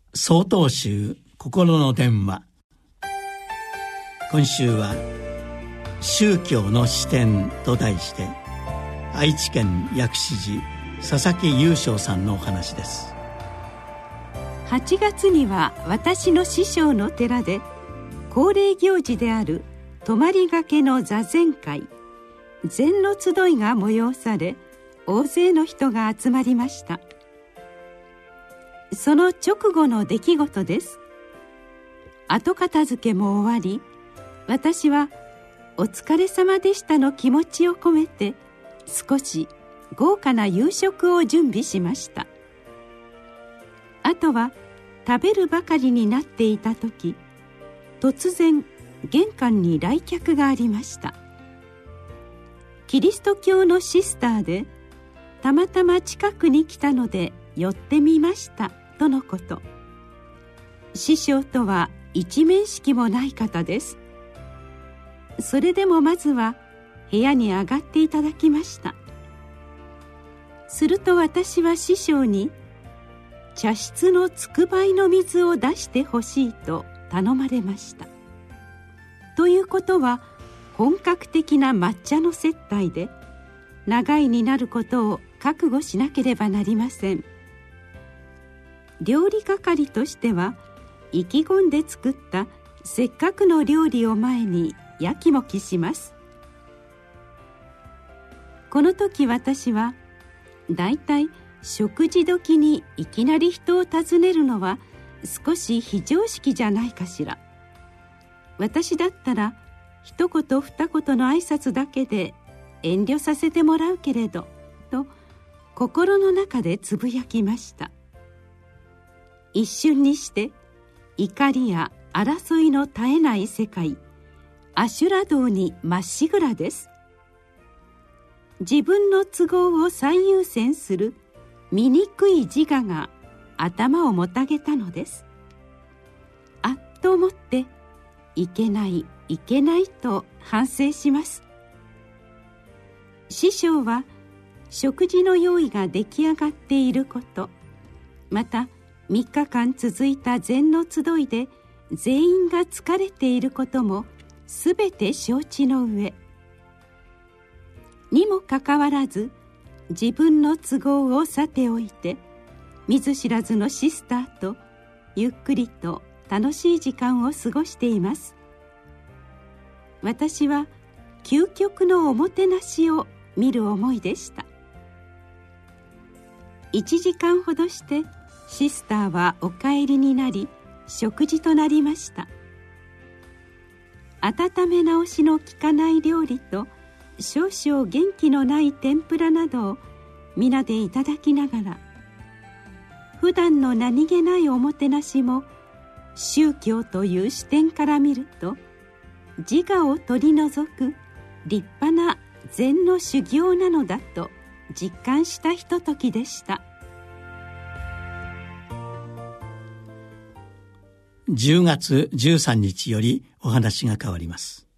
曹洞宗心の電話。今週は宗教の視点と題して、愛知県薬師寺佐々木雄翔さんのお話です。 8月には私の師匠の寺で恒例行事である泊まりがけの座禅会、禅の集いが催され、大勢の人が集まりました。その直後の出来事です。後片付けも終わり、私はお疲れ様でしたの気持ちを込めて少し豪華な夕食を準備しました。あとは食べるばかりになっていた時、突然玄関に来客がありました。キリスト教のシスターで、たまたま近くに来たので寄ってみましたとのこと。師匠とは一面識もない方です。それでもまずは部屋に上がっていただきました。すると私は師匠に茶室のつくばいの水を出してほしいと頼まれました。ということは本格的な抹茶の接待で、長いになることを覚悟しなければなりません。料理係としては意気込んで作ったせっかくの料理を前にやきもきします。この時私はだいたい食事時にいきなり人を訪ねるのは少し非常識じゃないかしら。私だったら一言二言の挨拶だけで遠慮させてもらうけれど、と心の中でつぶやきました。一瞬にして怒りや争いの絶えない世界、阿修羅道にまっしぐらです。自分の都合を最優先する醜い自我が頭をもたげたのです。あっと思って、いけないと反省します。師匠は食事の用意が出来上がっていること、また3日間続いた禅の集いで全員が疲れていることもすべて承知の上にもかかわらず、自分の都合をさておいて見ず知らずのシスターとゆっくりと楽しい時間を過ごしています。私は究極のおもてなしを見る思いでした。1時間ほどしてシスターはお帰りになり、食事となりました。温め直しの効かない料理と少々元気のない天ぷらなどを皆でいただきながら、普段の何気ないおもてなしも宗教という視点から見ると自我を取り除く立派な禅の修行なのだと実感したひとときでした。 10月13日よりお話が変わります。